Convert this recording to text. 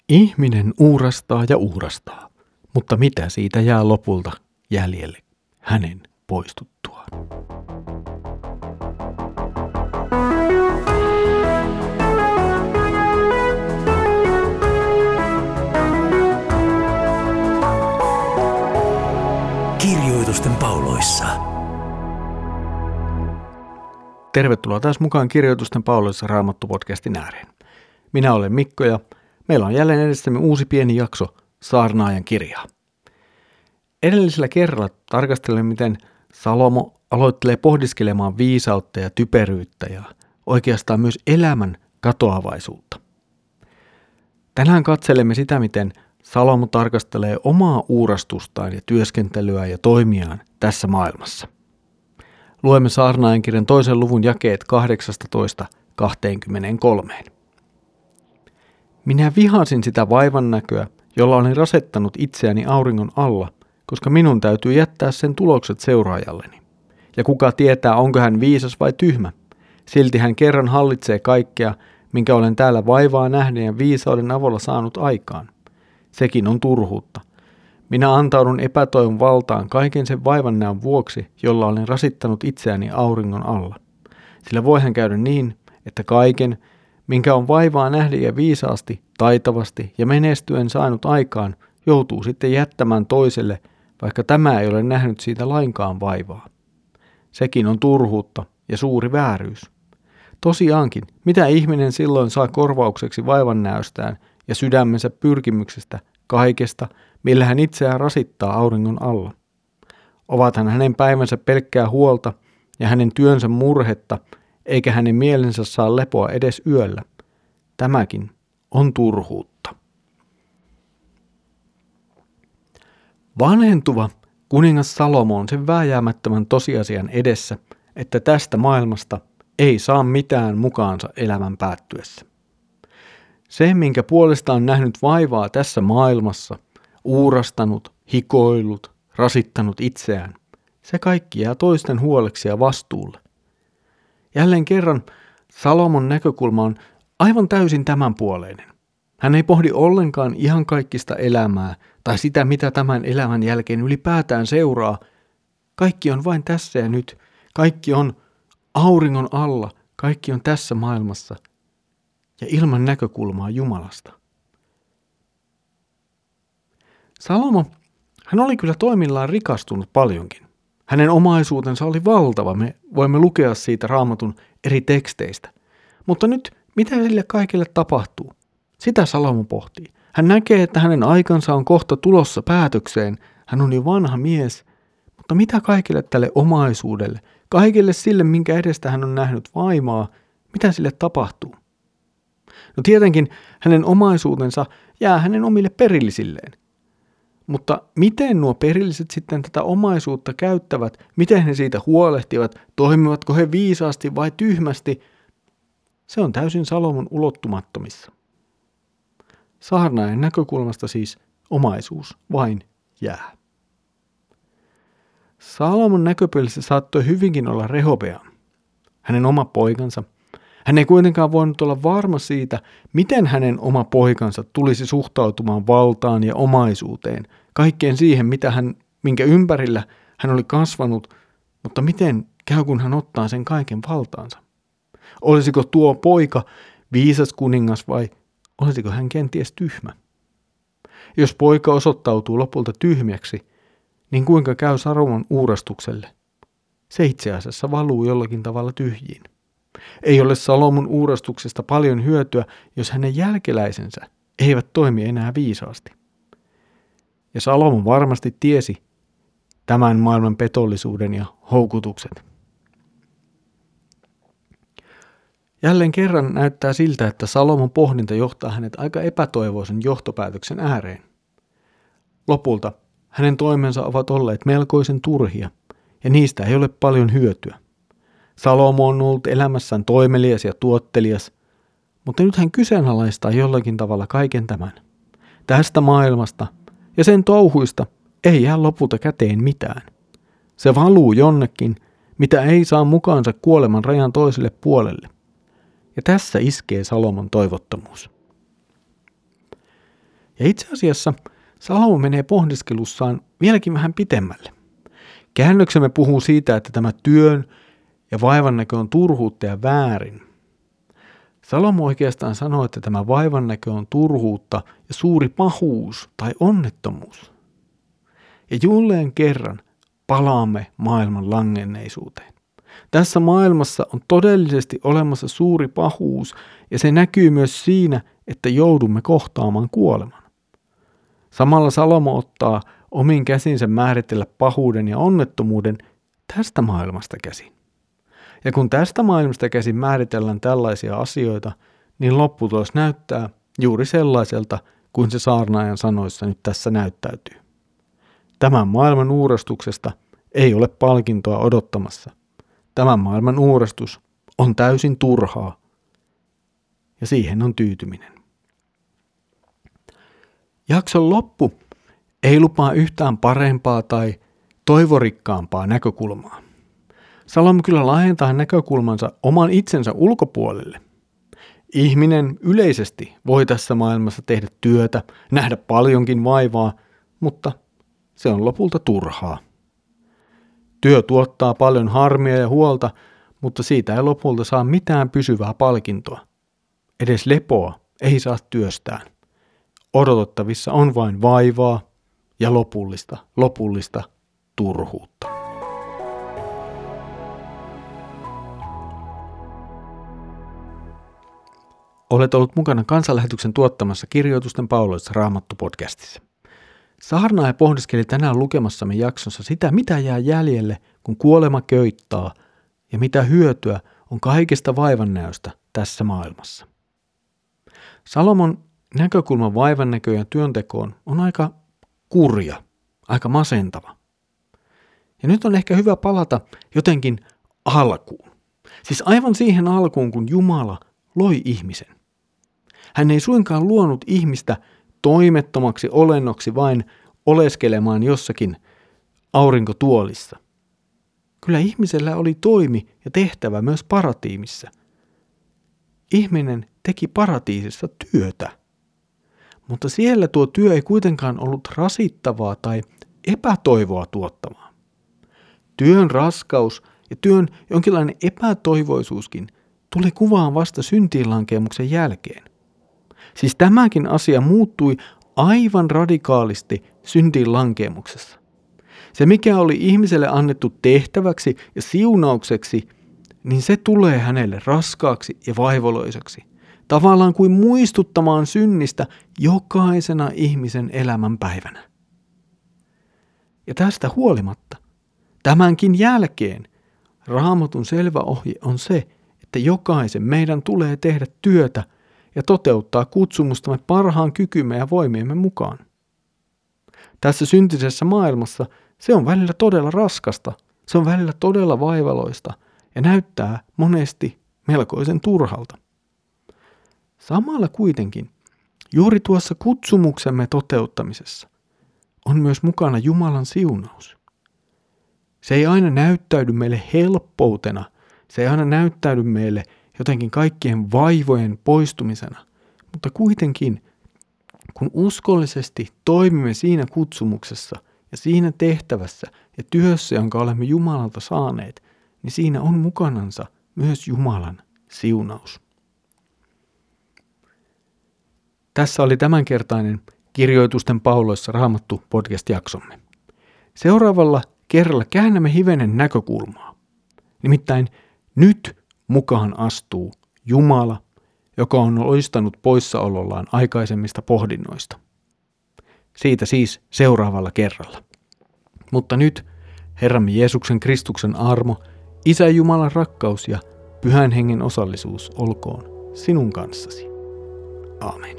Ihminen uurastaa ja uurastaa, mutta mitä siitä jää lopulta jäljelle hänen poistuttuaan? Kirjoitusten pauloissa. Tervetuloa taas mukaan Kirjoitusten pauloissa Raamattu-podcastin ääreen. Minä olen Mikko ja meillä on jälleen edessämme uusi pieni jakso Saarnaajan kirjaa. Edellisellä kerralla tarkastelemme, miten Salomo aloittelee pohdiskelemaan viisautta ja typeryyttä ja oikeastaan myös elämän katoavaisuutta. Tänään katselemme sitä, miten Salomo tarkastelee omaa uurastustaan ja työskentelyä ja toimiaan tässä maailmassa. Luemme Saarnaajan kirjan 2. luvun jakeet 18-23. Minä vihasin sitä vaivannäköä, jolla olin rasettanut itseäni auringon alla, koska minun täytyy jättää sen tulokset seuraajalleni. Ja kuka tietää, onko hän viisas vai tyhmä? Silti hän kerran hallitsee kaikkea, minkä olen täällä vaivaa nähden ja viisauden avulla saanut aikaan. Sekin on turhuutta. Minä antaudun epätoivon valtaan kaiken sen vaivannäön vuoksi, jolla olen rasittanut itseäni auringon alla. Sillä voihan käydä niin, että kaiken, minkä on vaivaa nähden ja viisaasti, taitavasti ja menestyen saanut aikaan, joutuu sitten jättämään toiselle, vaikka tämä ei ole nähnyt siitä lainkaan vaivaa. Sekin on turhuutta ja suuri vääryys. Tosiaankin, mitä ihminen silloin saa korvaukseksi vaivannäöstään ja sydämensä pyrkimyksestä kaikesta, millä hän itseään rasittaa auringon alla? Ovathan hänen päivänsä pelkkää huolta ja hänen työnsä murhetta, eikä hänen mielensä saa lepoa edes yöllä. Tämäkin on turhuutta. Vanhentuva kuningas Salomo on sen vääjäämättömän tosiasian edessä, että tästä maailmasta ei saa mitään mukaansa elämän päättyessä. Se, minkä puolesta on nähnyt vaivaa tässä maailmassa, uurastanut, hikoillut, rasittanut itseään, se kaikki jää toisten huoleksi ja vastuulle. Jälleen kerran Salomon näkökulma on aivan täysin tämänpuoleinen. Hän ei pohdi ollenkaan ihan kaikkista elämää tai sitä, mitä tämän elämän jälkeen ylipäätään seuraa. Kaikki on vain tässä ja nyt. Kaikki on auringon alla. Kaikki on tässä maailmassa ja ilman näkökulmaa Jumalasta. Salomo, hän oli kyllä toimillaan rikastunut paljonkin. Hänen omaisuutensa oli valtava, me voimme lukea siitä Raamatun eri teksteistä. Mutta nyt, mitä sille kaikille tapahtuu? Sitä Salomo pohtii. Hän näkee, että hänen aikansa on kohta tulossa päätökseen. Hän on jo vanha mies. Mutta mitä kaikille tälle omaisuudelle, kaikille sille, minkä edestä hän on nähnyt vaimaa, mitä sille tapahtuu? No tietenkin hänen omaisuutensa jää hänen omille perillisilleen. Mutta miten nuo perilliset sitten tätä omaisuutta käyttävät, miten he siitä huolehtivat, toimivatko he viisaasti vai tyhmästi, se on täysin Salomon ulottumattomissa. Saarnaajan näkökulmasta siis omaisuus vain jää. Salomon näköpelissä saattoi hyvinkin olla Rehobeam, hänen oma poikansa. Hän ei kuitenkaan voinut olla varma siitä, miten hänen oma poikansa tulisi suhtautumaan valtaan ja omaisuuteen, kaikkeen siihen, minkä ympärillä hän oli kasvanut, mutta miten käy, kun hän ottaa sen kaiken valtaansa? Olisiko tuo poika viisas kuningas vai olisiko hän kenties tyhmä? Jos poika osoittautuu lopulta tyhmäksi, niin kuinka käy Salomon uurastukselle? Se itse asiassa valuu jollakin tavalla tyhjiin. Ei ole Salomon uurastuksesta paljon hyötyä, jos hänen jälkeläisensä eivät toimi enää viisaasti. Ja Salomo varmasti tiesi tämän maailman petollisuuden ja houkutukset. Jälleen kerran näyttää siltä, että Salomon pohdinta johtaa hänet aika epätoivoisen johtopäätöksen ääreen. Lopulta hänen toimensa ovat olleet melkoisen turhia, ja niistä ei ole paljon hyötyä. Salomo on ollut elämässään toimelias ja tuottelias, mutta nyt hän kyseenalaistaa jollakin tavalla kaiken tämän. Tästä maailmasta ja sen touhuista ei jää lopulta käteen mitään. Se valuu jonnekin, mitä ei saa mukaansa kuoleman rajan toiselle puolelle. Ja tässä iskee Salomon toivottomuus. Ja itse asiassa Salomo menee pohdiskelussaan vieläkin vähän pitemmälle. Käännöksemme puhuu siitä, että tämä työn ja vaivannäkö on turhuutta ja väärin. Salomo oikeastaan sanoo, että tämä vaivannäkö on turhuutta ja suuri pahuus tai onnettomuus. Ja jälleen kerran palaamme maailman langenneisuuteen. Tässä maailmassa on todellisesti olemassa suuri pahuus ja se näkyy myös siinä, että joudumme kohtaamaan kuoleman. Samalla Salomo ottaa omin käsinsä määritellä pahuuden ja onnettomuuden tästä maailmasta käsin. Ja kun tästä maailmasta käsin määritellään tällaisia asioita, niin lopputulos näyttää juuri sellaiselta kuin se saarnaajan sanoissa nyt tässä näyttäytyy. Tämän maailman uurastuksesta ei ole palkintoa odottamassa. Tämän maailman uurastus on täysin turhaa ja siihen on tyytyminen. Jakson loppu ei lupaa yhtään parempaa tai toivorikkaampaa näkökulmaa. Salomo kyllä laajentaa näkökulmansa oman itsensä ulkopuolelle. Ihminen yleisesti voi tässä maailmassa tehdä työtä, nähdä paljonkin vaivaa, mutta se on lopulta turhaa. Työ tuottaa paljon harmia ja huolta, mutta siitä ei lopulta saa mitään pysyvää palkintoa. Edes lepoa ei saa työstään. Odotettavissa on vain vaivaa ja lopullista turhuutta. Olet ollut mukana Kansanlähetyksen tuottamassa Kirjoitusten pauloissa Raamattu-podcastissa. Saarnaaja pohdiskeli tänään lukemassamme jaksossa sitä, mitä jää jäljelle, kun kuolema köyttää, ja mitä hyötyä on kaikesta vaivannäöstä tässä maailmassa. Salomon näkökulma vaivannäköön ja työntekoon on aika kurja, aika masentava. Ja nyt on ehkä hyvä palata jotenkin alkuun. Siis aivan siihen alkuun, kun Jumala loi ihmisen. Hän ei suinkaan luonut ihmistä toimettomaksi olennoksi vain oleskelemaan jossakin aurinkotuolissa. Kyllä ihmisellä oli toimi ja tehtävä myös paratiisissa. Ihminen teki paratiisissa työtä, mutta siellä tuo työ ei kuitenkaan ollut rasittavaa tai epätoivoa tuottavaa. Työn raskaus ja työn jonkinlainen epätoivoisuuskin tuli kuvaan vasta syntiinlankeemuksen jälkeen. Siis tämäkin asia muuttui aivan radikaalisti syntiinlankeemuksessa. Se, mikä oli ihmiselle annettu tehtäväksi ja siunaukseksi, niin se tulee hänelle raskaaksi ja vaivoloiseksi, tavallaan kuin muistuttamaan synnistä jokaisena ihmisen elämän päivänä. Ja tästä huolimatta, tämänkin jälkeen, Raamatun selvä ohje on se, että jokaisen meidän tulee tehdä työtä ja toteuttaa kutsumustamme parhaan kykymme ja voimiemme mukaan. Tässä syntisessä maailmassa se on välillä todella raskasta, se on välillä todella vaivaloista ja näyttää monesti melkoisen turhalta. Samalla kuitenkin, juuri tuossa kutsumuksemme toteuttamisessa on myös mukana Jumalan siunaus. Se ei aina näyttäydy meille helppoutena, se ei aina näyttäydy meille jotenkin kaikkien vaivojen poistumisena, mutta kuitenkin, kun uskollisesti toimimme siinä kutsumuksessa ja siinä tehtävässä ja työssä, jonka olemme Jumalalta saaneet, niin siinä on mukanansa myös Jumalan siunaus. Tässä oli tämänkertainen Kirjoitusten pauloissa Raamattu podcast-jaksomme. Seuraavalla kerralla käännämme hivenen näkökulmaa. Nimittäin nyt mukaan astuu Jumala, joka on loistanut poissaolollaan aikaisemmista pohdinnoista. Siitä siis seuraavalla kerralla. Mutta nyt Herramme Jeesuksen Kristuksen armo, Isä Jumalan rakkaus ja Pyhän Hengen osallisuus olkoon sinun kanssasi. Aamen.